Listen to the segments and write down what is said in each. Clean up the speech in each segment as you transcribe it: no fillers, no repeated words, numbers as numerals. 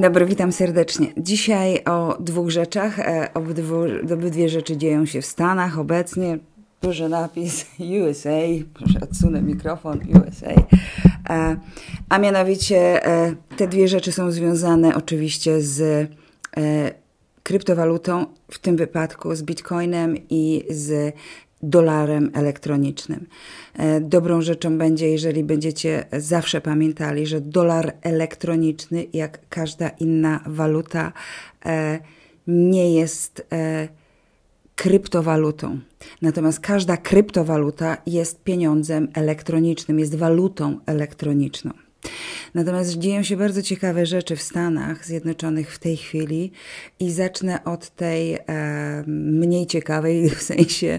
Dzień dobry, witam serdecznie. Dzisiaj o dwóch rzeczach. Obydwie rzeczy dzieją się w Stanach obecnie. Duży napis USA, proszę odsunę mikrofon USA. A mianowicie te dwie rzeczy są związane oczywiście z kryptowalutą, w tym wypadku z Bitcoinem i z dolarem elektronicznym. Dobrą rzeczą będzie, jeżeli będziecie zawsze pamiętali, że dolar elektroniczny, jak każda inna waluta, nie jest kryptowalutą. Natomiast każda kryptowaluta jest pieniądzem elektronicznym, jest walutą elektroniczną. Natomiast dzieją się bardzo ciekawe rzeczy w Stanach Zjednoczonych w tej chwili i zacznę od tej mniej ciekawej, w sensie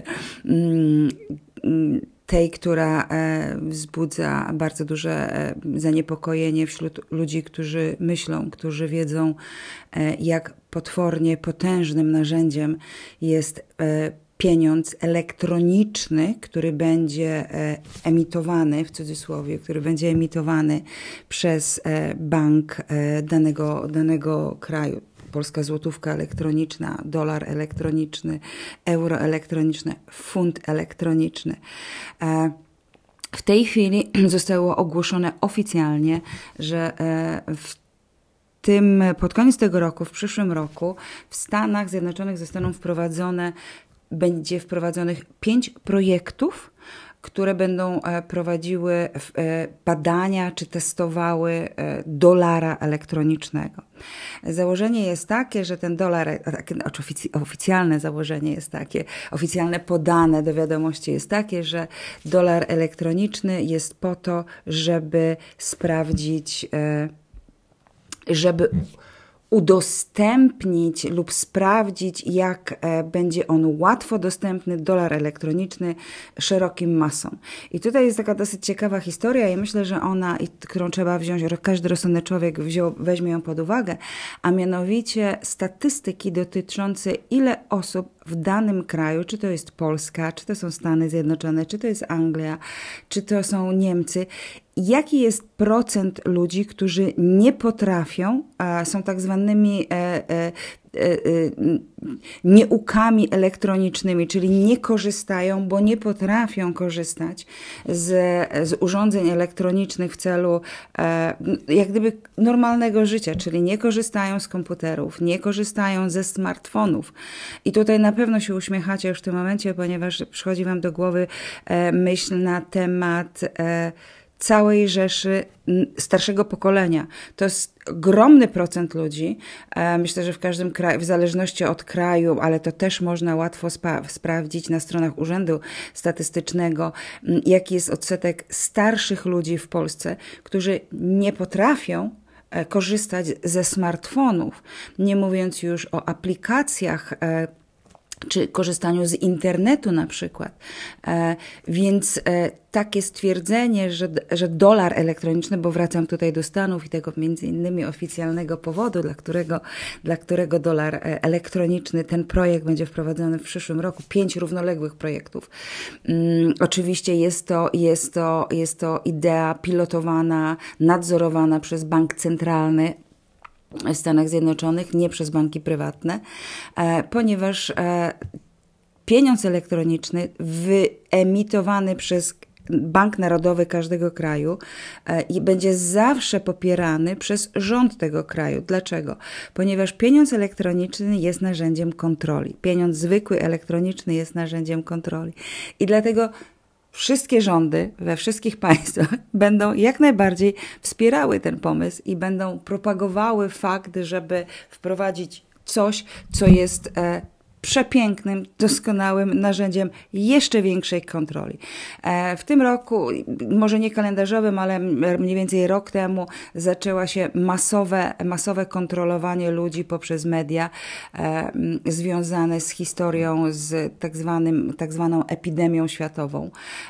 tej, która wzbudza bardzo duże zaniepokojenie wśród ludzi, którzy myślą, którzy wiedzą, jak potwornie potężnym narzędziem jest pieniądz elektroniczny, który będzie emitowany, w cudzysłowie, który będzie emitowany przez bank danego kraju. Polska złotówka elektroniczna, dolar elektroniczny, euro elektroniczne, funt elektroniczny. W tej chwili zostało ogłoszone oficjalnie, że pod koniec tego roku, w przyszłym roku w Stanach Zjednoczonych będzie wprowadzonych 5 projektów, które będą prowadziły badania czy testowały dolara elektronicznego. Założenie jest takie, że ten dolar, oficjalne założenie jest takie, oficjalne podane do wiadomości jest takie, że dolar elektroniczny jest po to, żeby sprawdzić, żeby udostępnić lub sprawdzić, jak będzie on łatwo dostępny, dolar elektroniczny, szerokim masom. I tutaj jest taka dosyć ciekawa historia i myślę, że którą trzeba wziąć, każdy rozsądny człowiek weźmie ją pod uwagę, a mianowicie statystyki dotyczące ile osób w danym kraju, czy to jest Polska, czy to są Stany Zjednoczone, czy to jest Anglia, czy to są Niemcy, jaki jest procent ludzi, którzy nie potrafią, są tak zwanymi nieukami elektronicznymi, czyli nie korzystają, bo nie potrafią korzystać z urządzeń elektronicznych w celu jak gdyby normalnego życia, czyli nie korzystają z komputerów, nie korzystają ze smartfonów. I tutaj na pewno się uśmiechacie już w tym momencie, ponieważ przychodzi wam do głowy myśl na temat całej rzeszy starszego pokolenia. To jest ogromny procent ludzi. Myślę, że w każdym kraju, w zależności od kraju, ale to też można łatwo sprawdzić na stronach Urzędu Statystycznego, jaki jest odsetek starszych ludzi w Polsce, którzy nie potrafią korzystać ze smartfonów, nie mówiąc już o aplikacjach czy korzystaniu z internetu na przykład. Więc takie stwierdzenie, że dolar elektroniczny, bo wracam tutaj do Stanów i tego między innymi oficjalnego powodu, dla którego dolar elektroniczny, ten projekt będzie wprowadzony w przyszłym roku, 5 równoległych projektów. Oczywiście jest to idea pilotowana, nadzorowana przez bank centralny w Stanach Zjednoczonych, nie przez banki prywatne, ponieważ pieniądz elektroniczny wyemitowany przez Bank Narodowy każdego kraju będzie zawsze popierany przez rząd tego kraju. Dlaczego? Ponieważ pieniądz elektroniczny jest narzędziem kontroli. Pieniądz zwykły elektroniczny jest narzędziem kontroli. I dlatego wszystkie rządy we wszystkich państwach będą jak najbardziej wspierały ten pomysł i będą propagowały fakt, żeby wprowadzić coś, co jest przepięknym, doskonałym narzędziem jeszcze większej kontroli. W tym roku, może nie kalendarzowym, ale mniej więcej rok temu zaczęło się masowe kontrolowanie ludzi poprzez media związane z historią, z tak zwaną epidemią światową.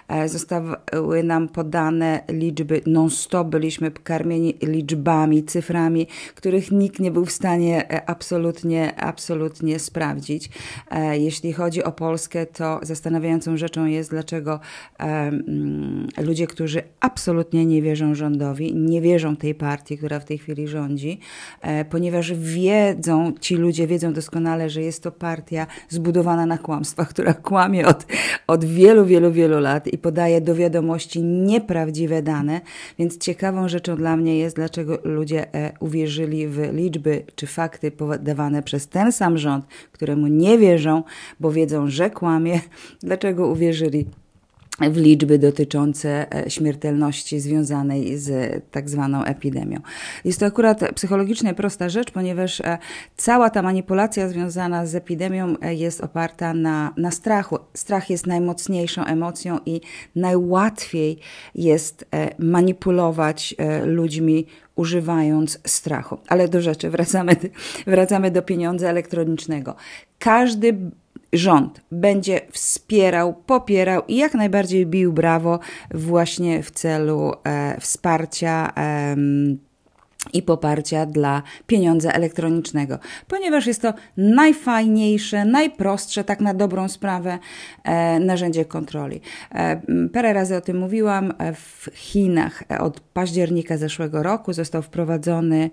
Zostały nam podane liczby, non-stop byliśmy karmieni liczbami, cyframi, których nikt nie był w stanie absolutnie sprawdzić. Jeśli chodzi o Polskę, to zastanawiającą rzeczą jest, dlaczego ludzie, którzy absolutnie nie wierzą rządowi, nie wierzą tej partii, która w tej chwili rządzi, ponieważ ci ludzie wiedzą doskonale, że jest to partia zbudowana na kłamstwach, która kłamie od wielu, wielu, wielu lat i podaje do wiadomości nieprawdziwe dane, więc ciekawą rzeczą dla mnie jest, dlaczego ludzie uwierzyli w liczby czy fakty podawane przez ten sam rząd, któremu nie wierzą, bo wiedzą, że kłamie, dlaczego uwierzyli w liczby dotyczące śmiertelności związanej z tak zwaną epidemią. Jest to akurat psychologicznie prosta rzecz, ponieważ cała ta manipulacja związana z epidemią jest oparta na strachu. Strach jest najmocniejszą emocją i najłatwiej jest manipulować ludźmi, używając strachu. Ale do rzeczy, wracamy do pieniądza elektronicznego. Każdy rząd będzie wspierał, popierał i jak najbardziej bił brawo właśnie w celu wsparcia i poparcia dla pieniądza elektronicznego, ponieważ jest to najfajniejsze, najprostsze, tak na dobrą sprawę, narzędzie kontroli. Parę razy o tym mówiłam. W Chinach od października zeszłego roku został wprowadzony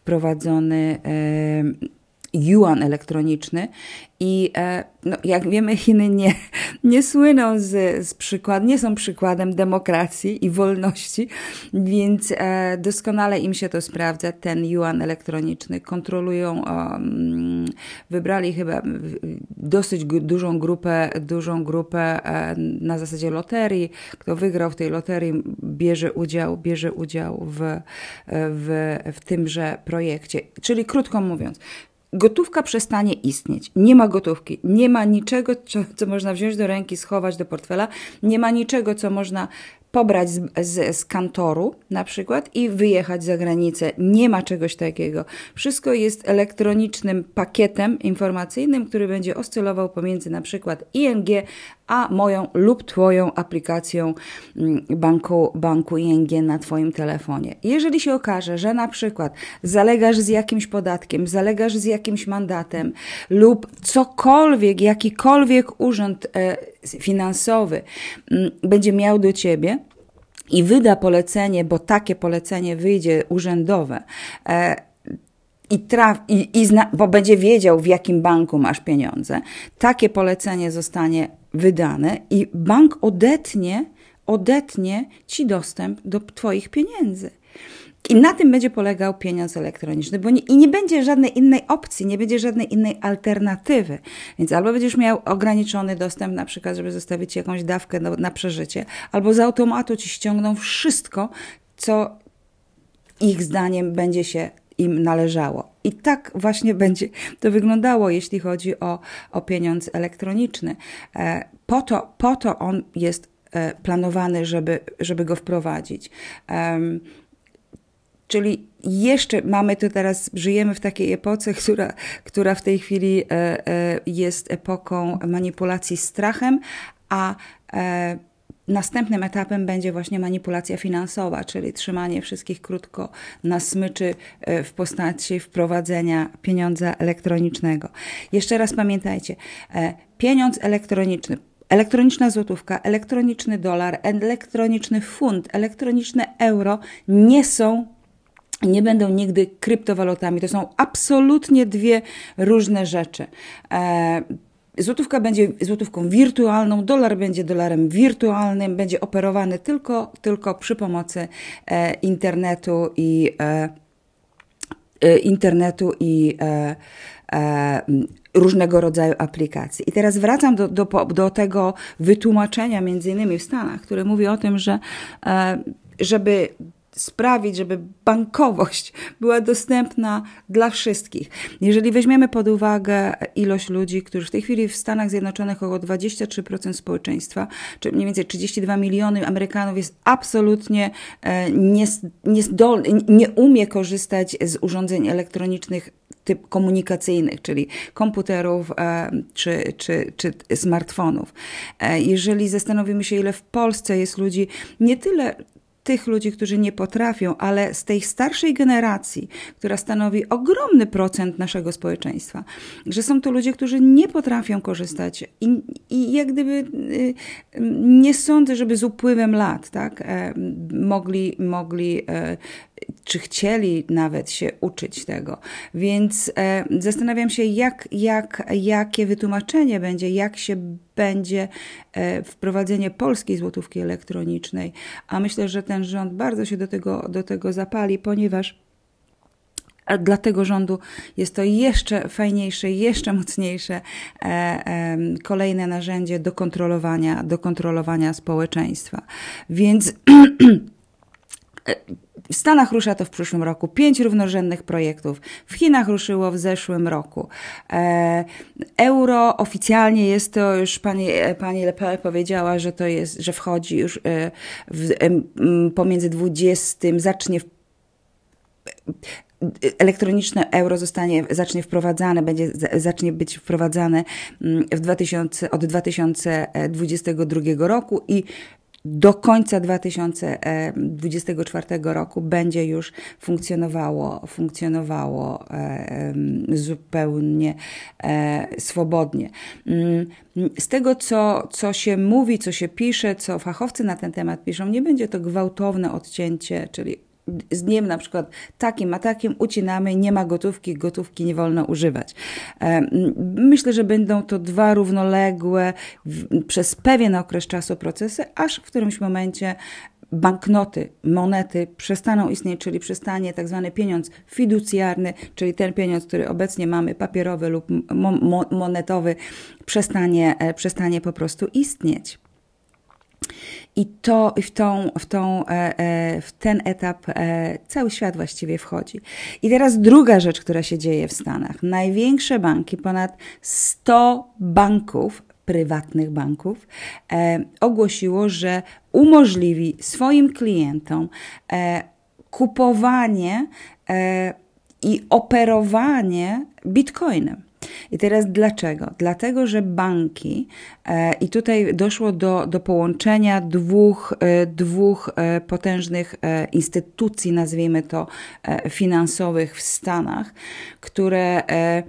yuan elektroniczny i jak wiemy, Chiny nie słyną nie są przykładem demokracji i wolności, więc doskonale im się to sprawdza. Ten yuan elektroniczny kontrolują, wybrali chyba dosyć dużą grupę na zasadzie loterii. Kto wygrał w tej loterii, bierze udział w tymże projekcie. Czyli krótko mówiąc, gotówka przestanie istnieć. Nie ma gotówki. Nie ma niczego, co można wziąć do ręki, schować do portfela. Nie ma niczego, co można pobrać z kantoru na przykład i wyjechać za granicę. Nie ma czegoś takiego. Wszystko jest elektronicznym pakietem informacyjnym, który będzie oscylował pomiędzy na przykład ING a moją lub twoją aplikacją banku ING na twoim telefonie. Jeżeli się okaże, że na przykład zalegasz z jakimś podatkiem, zalegasz z jakimś mandatem lub jakikolwiek urząd finansowy będzie miał do ciebie i wyda polecenie, bo takie polecenie wyjdzie urzędowe, bo będzie wiedział, w jakim banku masz pieniądze, takie polecenie zostanie wydane i bank odetnie ci dostęp do twoich pieniędzy. I na tym będzie polegał pieniądz elektroniczny, i nie będzie żadnej innej opcji, nie będzie żadnej innej alternatywy. Więc albo będziesz miał ograniczony dostęp, na przykład, żeby zostawić jakąś dawkę na przeżycie, albo z automatu ci ściągną wszystko, co ich zdaniem będzie się im należało. I tak właśnie będzie to wyglądało, jeśli chodzi o pieniądz elektroniczny. Po to on jest planowany, żeby go wprowadzić. Czyli jeszcze żyjemy w takiej epoce, która w tej chwili jest epoką manipulacji strachem, a następnym etapem będzie właśnie manipulacja finansowa, czyli trzymanie wszystkich krótko na smyczy w postaci wprowadzenia pieniądza elektronicznego. Jeszcze raz pamiętajcie, pieniądz elektroniczny, elektroniczna złotówka, elektroniczny dolar, elektroniczny funt, elektroniczne euro nie będą nigdy kryptowalutami. To są absolutnie dwie różne rzeczy. Złotówka będzie złotówką wirtualną, dolar będzie dolarem wirtualnym, będzie operowany tylko przy pomocy internetu i różnego rodzaju aplikacji. I teraz wracam do tego wytłumaczenia, między innymi w Stanach, które mówi o tym, że żeby sprawić, żeby bankowość była dostępna dla wszystkich. Jeżeli weźmiemy pod uwagę ilość ludzi, którzy w tej chwili w Stanach Zjednoczonych około 23% społeczeństwa, czy mniej więcej 32 miliony Amerykanów jest absolutnie nie umie korzystać z urządzeń elektronicznych typ komunikacyjnych, czyli komputerów czy smartfonów. Jeżeli zastanowimy się, ile w Polsce jest ludzi nie tyle tych ludzi, którzy nie potrafią, ale z tej starszej generacji, która stanowi ogromny procent naszego społeczeństwa, że są to ludzie, którzy nie potrafią korzystać i jak gdyby nie sądzę, żeby z upływem lat tak, mogli czy chcieli nawet się uczyć tego. Więc zastanawiam się, jakie wytłumaczenie będzie, jak się będzie wprowadzenie polskiej złotówki elektronicznej. A myślę, że ten rząd bardzo się do tego zapali, ponieważ dla tego rządu jest to jeszcze fajniejsze, jeszcze mocniejsze kolejne narzędzie do kontrolowania społeczeństwa. Więc w Stanach rusza to w przyszłym roku. 5 równorzędnych projektów. W Chinach ruszyło w zeszłym roku. Euro oficjalnie jest to już, pani Le Pen powiedziała, że to jest, że wchodzi już pomiędzy 20, elektroniczne euro zacznie wprowadzane, zacznie być wprowadzane od 2022 roku i do końca 2024 roku będzie już funkcjonowało zupełnie swobodnie. Z tego, co się mówi, co się pisze, co fachowcy na ten temat piszą, nie będzie to gwałtowne odcięcie, czyli z dniem na przykład takim a takim ucinamy, nie ma gotówki nie wolno używać. Myślę, że będą to dwa równoległe przez pewien okres czasu procesy, aż w którymś momencie banknoty, monety przestaną istnieć, czyli przestanie tak zwany pieniądz fiducjarny, czyli ten pieniądz, który obecnie mamy, papierowy lub monetowy, przestanie po prostu istnieć. I w ten etap cały świat właściwie wchodzi. I teraz druga rzecz, która się dzieje w Stanach. Największe banki, ponad 100 banków, prywatnych banków, ogłosiło, że umożliwi swoim klientom kupowanie i operowanie bitcoinem. I teraz dlaczego? Dlatego, że banki, i tutaj doszło do połączenia dwóch potężnych instytucji, nazwijmy to finansowych w Stanach, które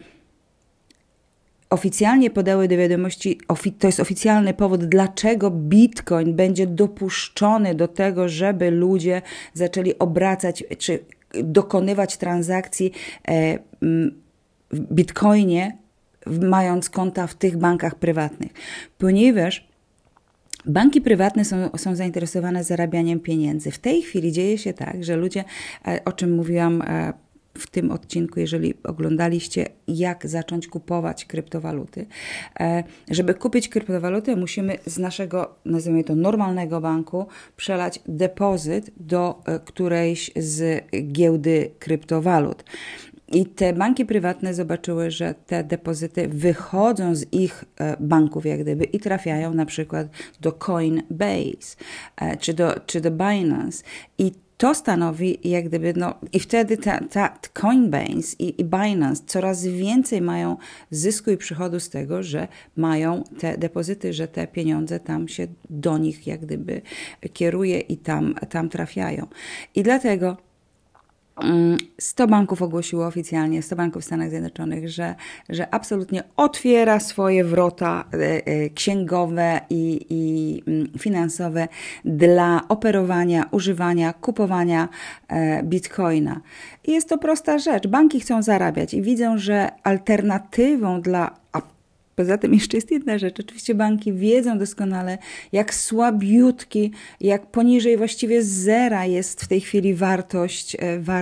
oficjalnie podały do wiadomości, to jest oficjalny powód, dlaczego Bitcoin będzie dopuszczony do tego, żeby ludzie zaczęli obracać czy dokonywać transakcji w Bitcoinie, mając konta w tych bankach prywatnych. Ponieważ banki prywatne są zainteresowane zarabianiem pieniędzy. W tej chwili dzieje się tak, że ludzie, o czym mówiłam w tym odcinku, jeżeli oglądaliście, jak zacząć kupować kryptowaluty. Żeby kupić kryptowalutę, musimy z naszego, nazwijmy to, normalnego banku przelać depozyt do którejś z giełdy kryptowalut. I te banki prywatne zobaczyły, że te depozyty wychodzą z ich banków jak gdyby i trafiają na przykład do Coinbase czy do Binance. I to stanowi jak gdyby, i wtedy ta Coinbase i Binance coraz więcej mają zysku i przychodu z tego, że mają te depozyty, że te pieniądze tam się do nich jak gdyby kieruje i tam trafiają. I dlatego 100 banków ogłosiło oficjalnie, 100 banków w Stanach Zjednoczonych, że absolutnie otwiera swoje wrota księgowe i finansowe dla operowania, używania, kupowania bitcoina. I jest to prosta rzecz. Banki chcą zarabiać i widzą, że alternatywą poza tym jeszcze jest jedna rzecz. Oczywiście banki wiedzą doskonale, jak słabiutki, jak poniżej właściwie zera jest w tej chwili wartość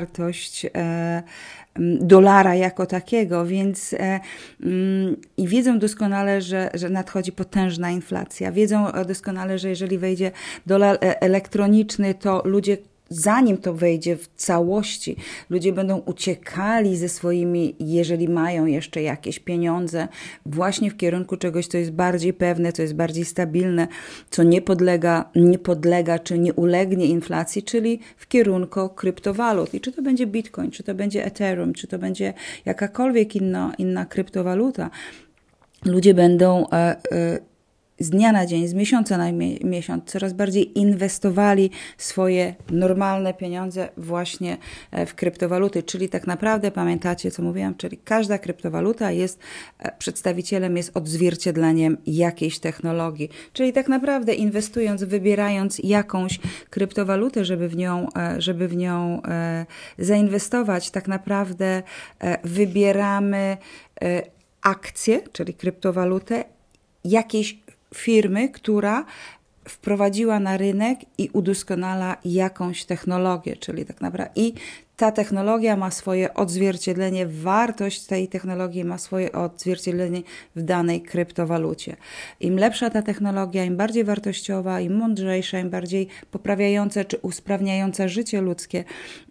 dolara jako takiego, więc i wiedzą doskonale, że nadchodzi potężna inflacja. Wiedzą doskonale, że jeżeli wejdzie dolar elektroniczny, to ludzie, zanim to wejdzie w całości, ludzie będą uciekali ze swoimi, jeżeli mają jeszcze jakieś pieniądze, właśnie w kierunku czegoś, co jest bardziej pewne, co jest bardziej stabilne, co nie podlega czy nie ulegnie inflacji, czyli w kierunku kryptowalut. I czy to będzie Bitcoin, czy to będzie Ethereum, czy to będzie jakakolwiek inna kryptowaluta, ludzie będą z dnia na dzień, z miesiąca na miesiąc coraz bardziej inwestowali swoje normalne pieniądze właśnie w kryptowaluty, czyli tak naprawdę pamiętacie, co mówiłam, czyli każda kryptowaluta jest przedstawicielem, jest odzwierciedleniem jakiejś technologii, czyli tak naprawdę inwestując, wybierając jakąś kryptowalutę, żeby w nią zainwestować, tak naprawdę wybieramy akcję, czyli kryptowalutę jakiejś firmy, która wprowadziła na rynek i udoskonala jakąś technologię, czyli tak naprawdę i ta technologia ma swoje odzwierciedlenie, wartość tej technologii ma swoje odzwierciedlenie w danej kryptowalucie. Im lepsza ta technologia, im bardziej wartościowa, im mądrzejsza, im bardziej poprawiająca czy usprawniająca życie ludzkie,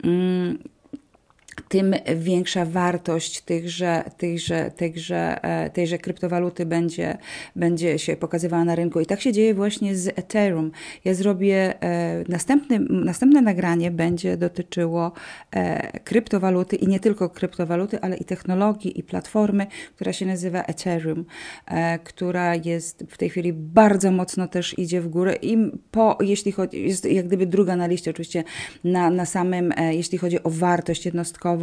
tym większa wartość tejże kryptowaluty będzie się pokazywała na rynku. I tak się dzieje właśnie z Ethereum. Ja zrobię, następne nagranie będzie dotyczyło kryptowaluty i nie tylko kryptowaluty, ale i technologii i platformy, która się nazywa Ethereum, która jest w tej chwili bardzo mocno też idzie w górę i jeśli chodzi, jest jak gdyby druga na liście, oczywiście na samym, jeśli chodzi o wartość jednostkową,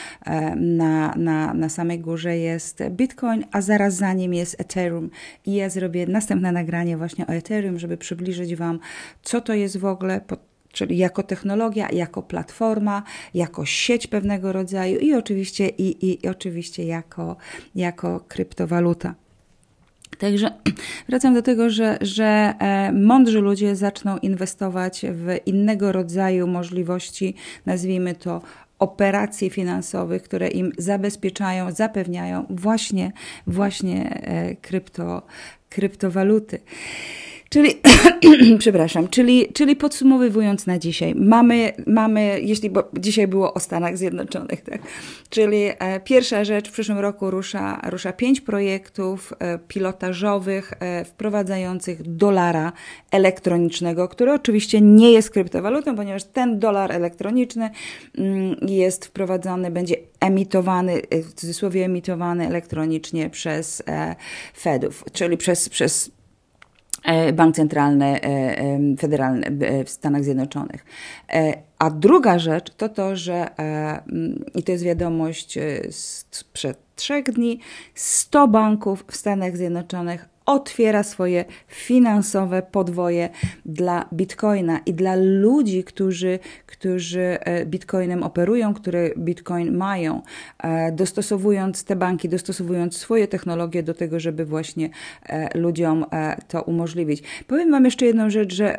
na samej górze jest Bitcoin, a zaraz za nim jest Ethereum. I ja zrobię następne nagranie właśnie o Ethereum, żeby przybliżyć Wam, co to jest w ogóle, czyli jako technologia, jako platforma, jako sieć pewnego rodzaju i oczywiście, oczywiście jako kryptowaluta. Także wracam do tego, że mądrzy ludzie zaczną inwestować w innego rodzaju możliwości, nazwijmy to operacji finansowych, które im zabezpieczają, zapewniają właśnie kryptowaluty. Czyli, przepraszam, czyli podsumowując na dzisiaj, mamy, bo dzisiaj było o Stanach Zjednoczonych, tak? Czyli pierwsza rzecz, w przyszłym roku rusza 5 projektów pilotażowych wprowadzających dolara elektronicznego, który oczywiście nie jest kryptowalutą, ponieważ ten dolar elektroniczny jest wprowadzony, będzie emitowany, w cudzysłowie emitowany elektronicznie przez Fedów, czyli przez Bank Centralny Federalny w Stanach Zjednoczonych. A druga rzecz to to, że, i to jest wiadomość sprzed 3 dni, 100 banków w Stanach Zjednoczonych otwiera swoje finansowe podwoje dla Bitcoina i dla ludzi, którzy Bitcoinem operują, które Bitcoin mają, dostosowując te banki, dostosowując swoje technologie do tego, żeby właśnie ludziom to umożliwić. Powiem Wam jeszcze jedną rzecz, że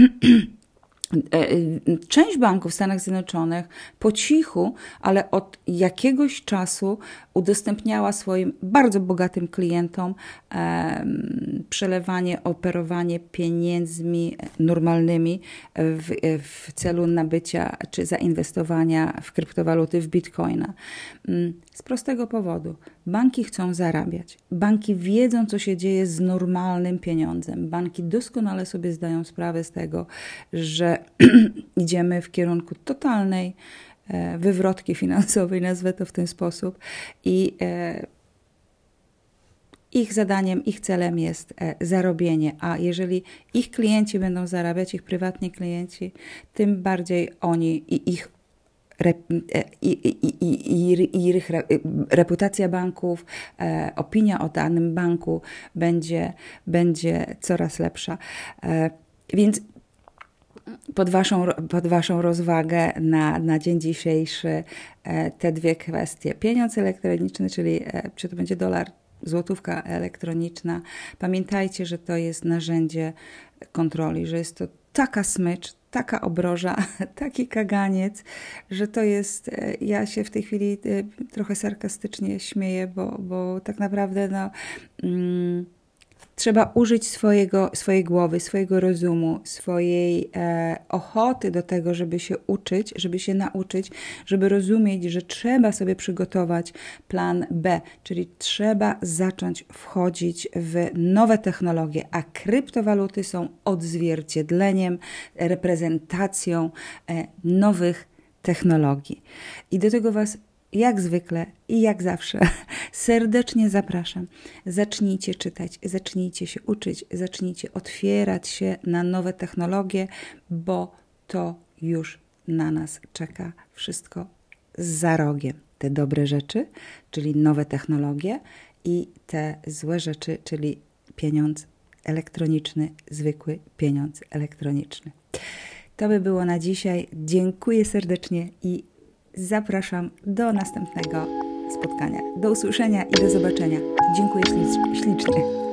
część banków w Stanach Zjednoczonych po cichu, ale od jakiegoś czasu udostępniała swoim bardzo bogatym klientom przelewanie, operowanie pieniędzmi normalnymi w celu nabycia czy zainwestowania w kryptowaluty, w Bitcoina. Z prostego powodu. Banki chcą zarabiać. Banki wiedzą, co się dzieje z normalnym pieniądzem. Banki doskonale sobie zdają sprawę z tego, że idziemy w kierunku totalnej wywrotki finansowej, nazwę to w ten sposób. I ich zadaniem, ich celem jest zarobienie, a jeżeli ich klienci będą zarabiać, ich prywatni klienci, tym bardziej oni i ich reputacja banków, opinia o danym banku będzie coraz lepsza. Więc pod waszą rozwagę na dzień dzisiejszy te dwie kwestie. Pieniądz elektroniczny, czyli czy to będzie dolar, złotówka elektroniczna. Pamiętajcie, że to jest narzędzie kontroli, że jest to taka smycz, taka obroża, taki kaganiec, że to jest, ja się w tej chwili trochę sarkastycznie śmieję, bo tak naprawdę trzeba użyć swojej głowy, swojego rozumu, swojej ochoty do tego, żeby się uczyć, żeby się nauczyć, żeby rozumieć, że trzeba sobie przygotować plan B, czyli trzeba zacząć wchodzić w nowe technologie, a kryptowaluty są odzwierciedleniem, reprezentacją nowych technologii. I do tego Was jak zwykle i jak zawsze serdecznie zapraszam. Zacznijcie czytać, zacznijcie się uczyć, zacznijcie otwierać się na nowe technologie, bo to już na nas czeka wszystko za rogiem. Te dobre rzeczy, czyli nowe technologie, i te złe rzeczy, czyli pieniądz elektroniczny, zwykły pieniądz elektroniczny. To by było na dzisiaj. Dziękuję serdecznie i zapraszam do następnego spotkania. Do usłyszenia i do zobaczenia. Dziękuję ślicznie.